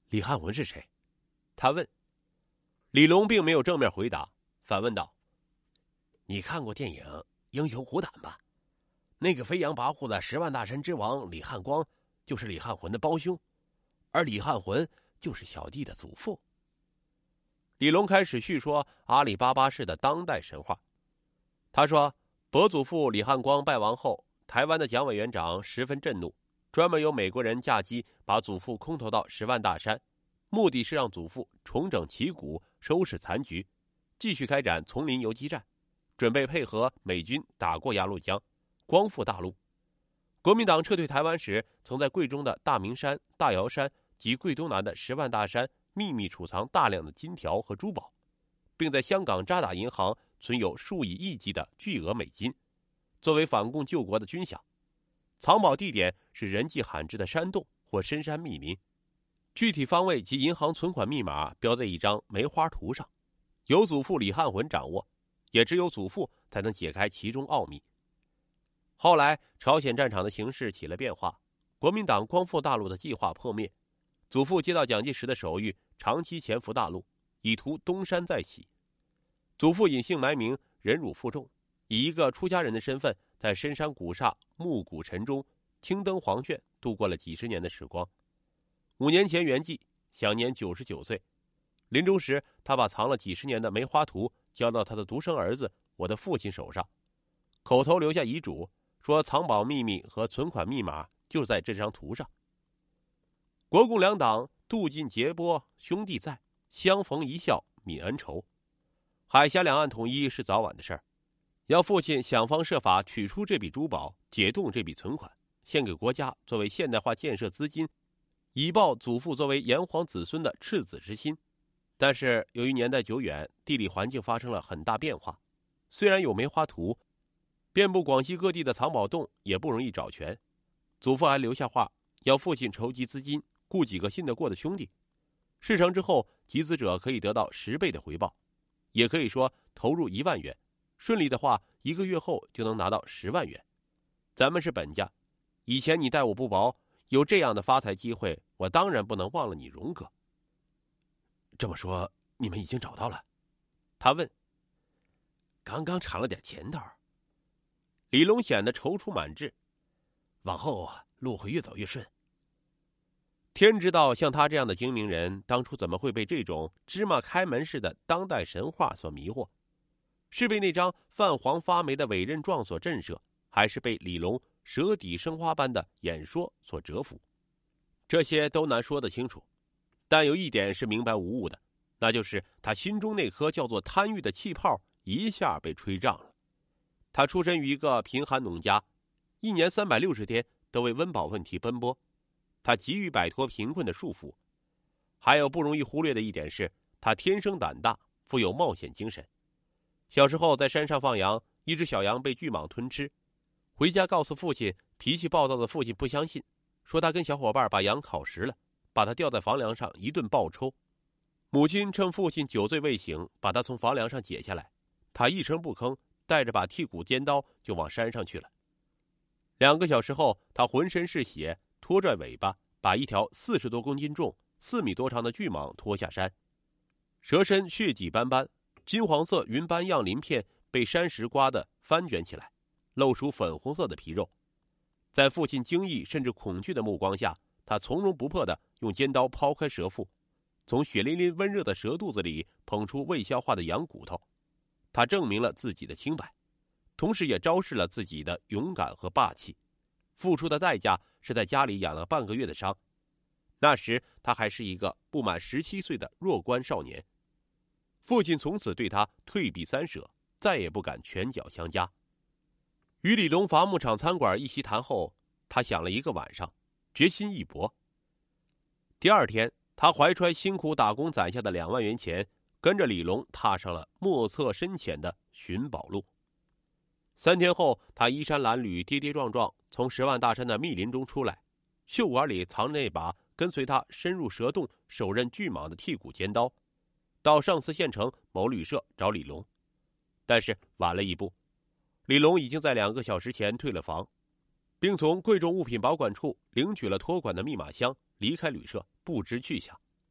李汉魂是谁？ 他问。李龙并没有正面回答，反问道： 你看过电影《英雄虎胆》吧？那个飞扬跋扈的10万大山之王李汉光就是李汉魂的胞兄，而李汉魂就是小弟的祖父。 李龙开始叙说阿里巴巴式的当代神话。他说，伯祖父李汉光败亡后，台湾的蒋委员长十分震怒，专门由美国人驾机把祖父空投到10万大山，目的是让祖父重整旗鼓，收拾残局，继续开展丛林游击战，准备配合美军打过鸭绿江，光复大陆。国民党撤退台湾时，曾在贵中的大明山、大瑶山及贵东南的10万大山秘密储藏大量的金条和珠宝，并在香港渣打银行存有数以亿计的巨额美金，作为反共救国的军饷。藏宝地点是人迹罕至的山洞或深山密林，具体方位及银行存款密码标在一张梅花图上，由祖父李汉魂掌握，也只有祖父才能解开其中奥秘。后来朝鲜战场的形势起了变化，国民党光复大陆的计划破灭，祖父接到蒋介石的手谕，长期潜伏大陆，以图东山再起。祖父隐姓埋名，忍辱负重，以一个出家人的身份，在深山古刹暮鼓晨钟、青灯黄卷度过了几十年的时光。5年前圆寂，享年99岁。临终时，他把藏了几十年的梅花图交到他的独生儿子我的父亲手上，口头留下遗嘱，说藏宝秘密和存款密码就在这张图上。国共两党渡尽劫波，兄弟在，相逢一笑泯恩仇。海峡两岸统一是早晚的事儿，要父亲想方设法取出这笔珠宝，解冻这笔存款，献给国家作为现代化建设资金，以报祖父作为炎黄子孙的赤子之心。但是由于年代久远，地理环境发生了很大变化，虽然有梅花图，遍布广西各地的藏宝洞也不容易找全。祖父还留下话，要父亲筹集资金，雇几个信得过的兄弟，事成之后，集资者可以得到10倍的回报，也可以说投入1万元，顺利的话1个月后就能拿到10万元。咱们是本家，以前你待我不薄，有这样的发财机会，我当然不能忘了你荣哥。 这么说，你们已经找到了？ 他问。 刚刚尝了点甜头。 李龙显得踌躇满志， 往后路会越走越顺。 天知道像他这样的精明人，当初怎么会被这种芝麻开门式的当代神话所迷惑？是被那张泛黄发霉的委任状所震慑，还是被李龙舌底生花般的演说所折服？这些都难说得清楚，但有一点是明白无误的，那就是他心中那颗叫做贪欲的气泡一下被吹胀了。他出身于一个贫寒农家，一年360天都为温饱问题奔波，他急于摆脱贫困的束缚。还有不容易忽略的一点是，他天生胆大，富有冒险精神。小时候在山上放羊，一只小羊被巨蟒吞吃，回家告诉父亲，脾气暴躁的父亲不相信，说他跟小伙伴把羊烤食了，把他吊在房梁上一顿暴抽。母亲趁父亲酒醉未醒，把他从房梁上解下来，他一声不吭，带着把剔骨尖刀就往山上去了。2个小时后，他浑身是血，拖拽尾巴，把一条40多公斤重、4米多长的巨蟒拖下山。蛇身血迹斑斑，金黄色云斑样鳞片被山石刮得翻卷起来，露出粉红色的皮肉。在父亲惊异甚至恐惧的目光下，他从容不迫地用尖刀抛开蛇腹，从血淋淋温热的蛇肚子里捧出未消化的羊骨头。他证明了自己的清白，同时也昭示了自己的勇敢和霸气。付出的代价是在家里养了半个月的伤。那时他还是一个不满17岁的弱冠少年。父亲从此对他退避三舍，再也不敢拳脚相加。与李龙伐木场餐馆一席谈后，他想了一个晚上，决心一搏。第2天，他怀揣辛苦打工攒下的2万元钱，跟着李龙踏上了莫测深浅的寻宝路。3天后，他衣衫褴褛，跌跌撞撞从10万大山的密林中出来，袖管里藏着那把跟随他深入蛇洞手刃巨蟒的剔骨尖刀，到上次县城某旅社找李龙。但是晚了一步，李龙已经在2个小时前退了房，并从贵重物品保管处领取了托管的密码箱，离开旅社不知去向。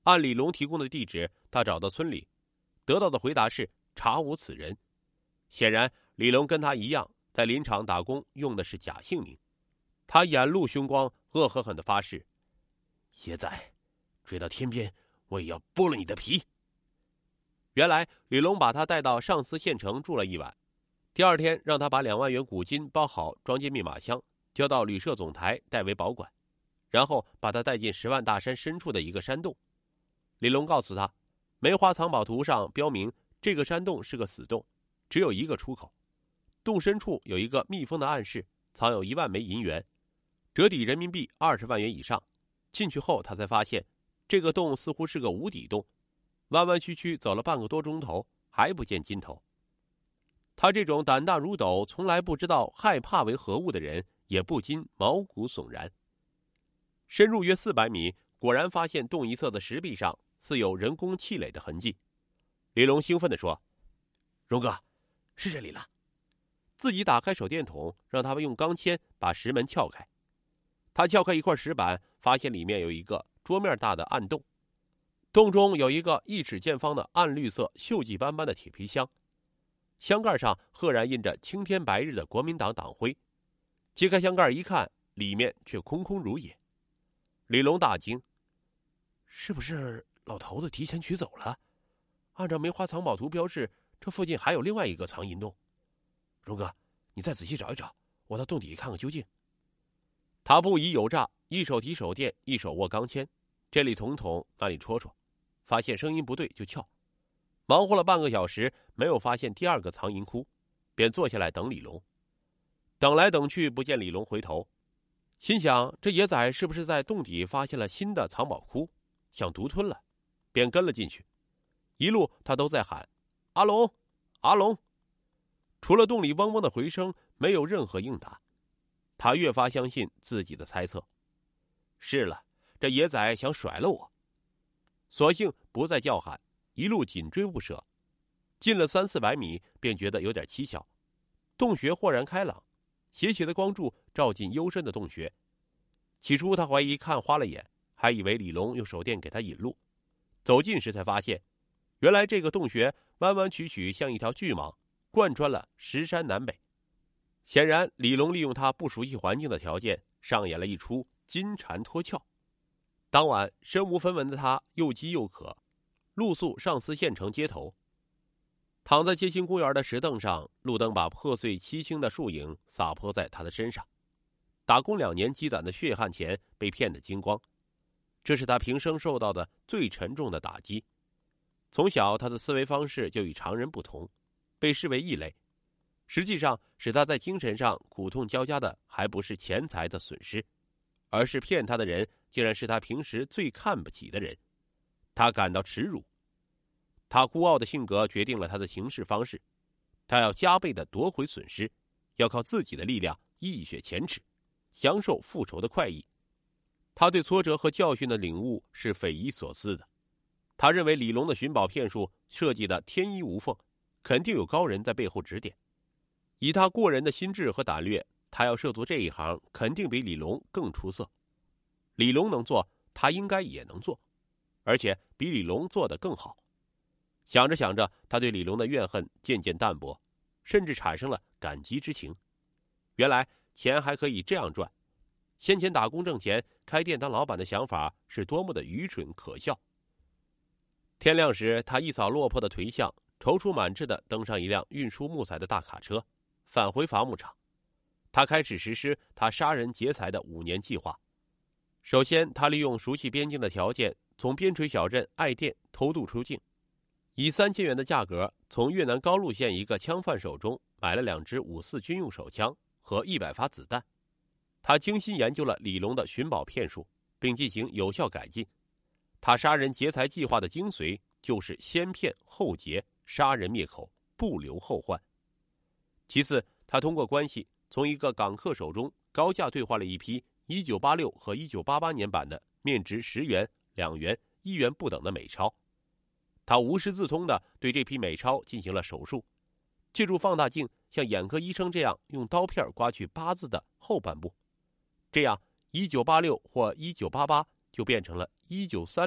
按李龙提供的地址，他找到村里，得到的回答是查无此人。显然，李龙跟他一样，在林场打工用的是假姓名。他眼露凶光，恶狠狠地发誓： 野仔，追到天边，我也要剥了你的皮。 原来李龙把他带到上思县城住了一晚，第二天让他把2万元古金包好，装进密码箱，交到旅社总台代为保管，然后把他带进10万大山深处的一个山洞。李龙告诉他，梅花藏宝图上标明这个山洞是个死洞，只有一个出口，洞深处有一个密封的暗室，藏有1万枚银元，折抵人民币20万元以上。进去后他才发现，这个洞似乎是个无底洞，弯弯曲曲走了半个多钟头，还不见尽头。他这种胆大如斗、从来不知道害怕为何物的人，也不禁毛骨悚然。深入约400米，果然发现洞一侧的石壁上似有人工砌垒的痕迹。李龙兴奋地说： 荣哥，是这里了。 自己打开手电筒，让他们用钢钎把石门撬开。他撬开一块石板，发现里面有一个桌面大的暗洞，洞中有一个1尺见方的暗绿色锈迹斑斑的铁皮箱，箱盖上赫然印着青天白日的国民党党徽。揭开箱盖一看，里面却空空如也。李龙大惊： 是不是老头子提前取走了？按照梅花藏宝图标示，这附近还有另外一个藏银洞。荣哥，你再仔细找一找，我到洞底看个究竟。 他不疑有诈，一手提手电，一手握钢钎，这里捅捅，那里戳戳，发现声音不对就撬。忙活了半个小时，没有发现第二个藏银窟，便坐下来等李龙。等来等去，不见李龙回头，心想这野仔是不是在洞底发现了新的藏宝窟，想独吞了，便跟了进去。一路他都在喊：阿龙，阿龙。除了洞里嗡嗡的回声，没有任何应答。他越发相信自己的猜测，是了，这野仔想甩了我。索性不再叫喊，一路紧追不舍。进了300-400米，便觉得有点蹊跷。洞穴豁然开朗，斜斜的光柱照进幽深的洞穴。起初他怀疑看花了眼，还以为李龙用手电给他引路。走近时才发现，原来这个洞穴弯弯曲曲，像一条巨蟒，贯穿了石山南北。显然，李龙利用他不熟悉环境的条件，上演了一出金蝉脱壳。当晚，身无分文的他又饥又渴，露宿上思县城街头。躺在街心公园的石凳上，路灯把破碎漆青的树影洒泼在他的身上。打工2年积攒的血汗钱被骗得精光，这是他平生受到的最沉重的打击。从小，他的思维方式就与常人不同，被视为异类。实际上，使他在精神上苦痛交加的，还不是钱财的损失，而是骗他的人竟然是他平时最看不起的人。他感到耻辱。他孤傲的性格决定了他的行事方式，他要加倍的夺回损失，要靠自己的力量一雪前耻，享受复仇的快意。他对挫折和教训的领悟是匪夷所思的。他认为李龙的寻宝骗术设计的天衣无缝，肯定有高人在背后指点。以他过人的心智和胆略，他要涉足这一行，肯定比李龙更出色。李龙能做，他应该也能做，而且比李龙做得更好。想着想着，他对李龙的怨恨渐渐淡薄，甚至产生了感激之情。原来钱还可以这样赚，先前打工挣钱、开店当老板的想法是多么的愚蠢可笑。天亮时，他一扫落魄的颓相，踌躇满志地登上一辆运输木材的大卡车，返回伐木场。他开始实施他杀人劫财的5年计划。首先，他利用熟悉边境的条件，从边陲小镇爱店偷渡出境，以3000元的价格从越南高路县一个枪贩手中买了2支54军用手枪和100发子弹。他精心研究了李龙的寻宝骗术，并进行有效改进。他杀人劫财计划的精髓就是先骗后劫，杀人灭口，不留后患。其次，他通过关系从一个港客手中高价兑换了一批1986和1988年版的面值10元、2元、1元不等的美钞。他无师自通地对这批美钞进行了手术，借助放大镜像眼科医生这样用刀片刮去8字的后半部，这样1986或1988就变成了1936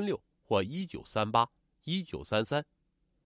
或1938、1933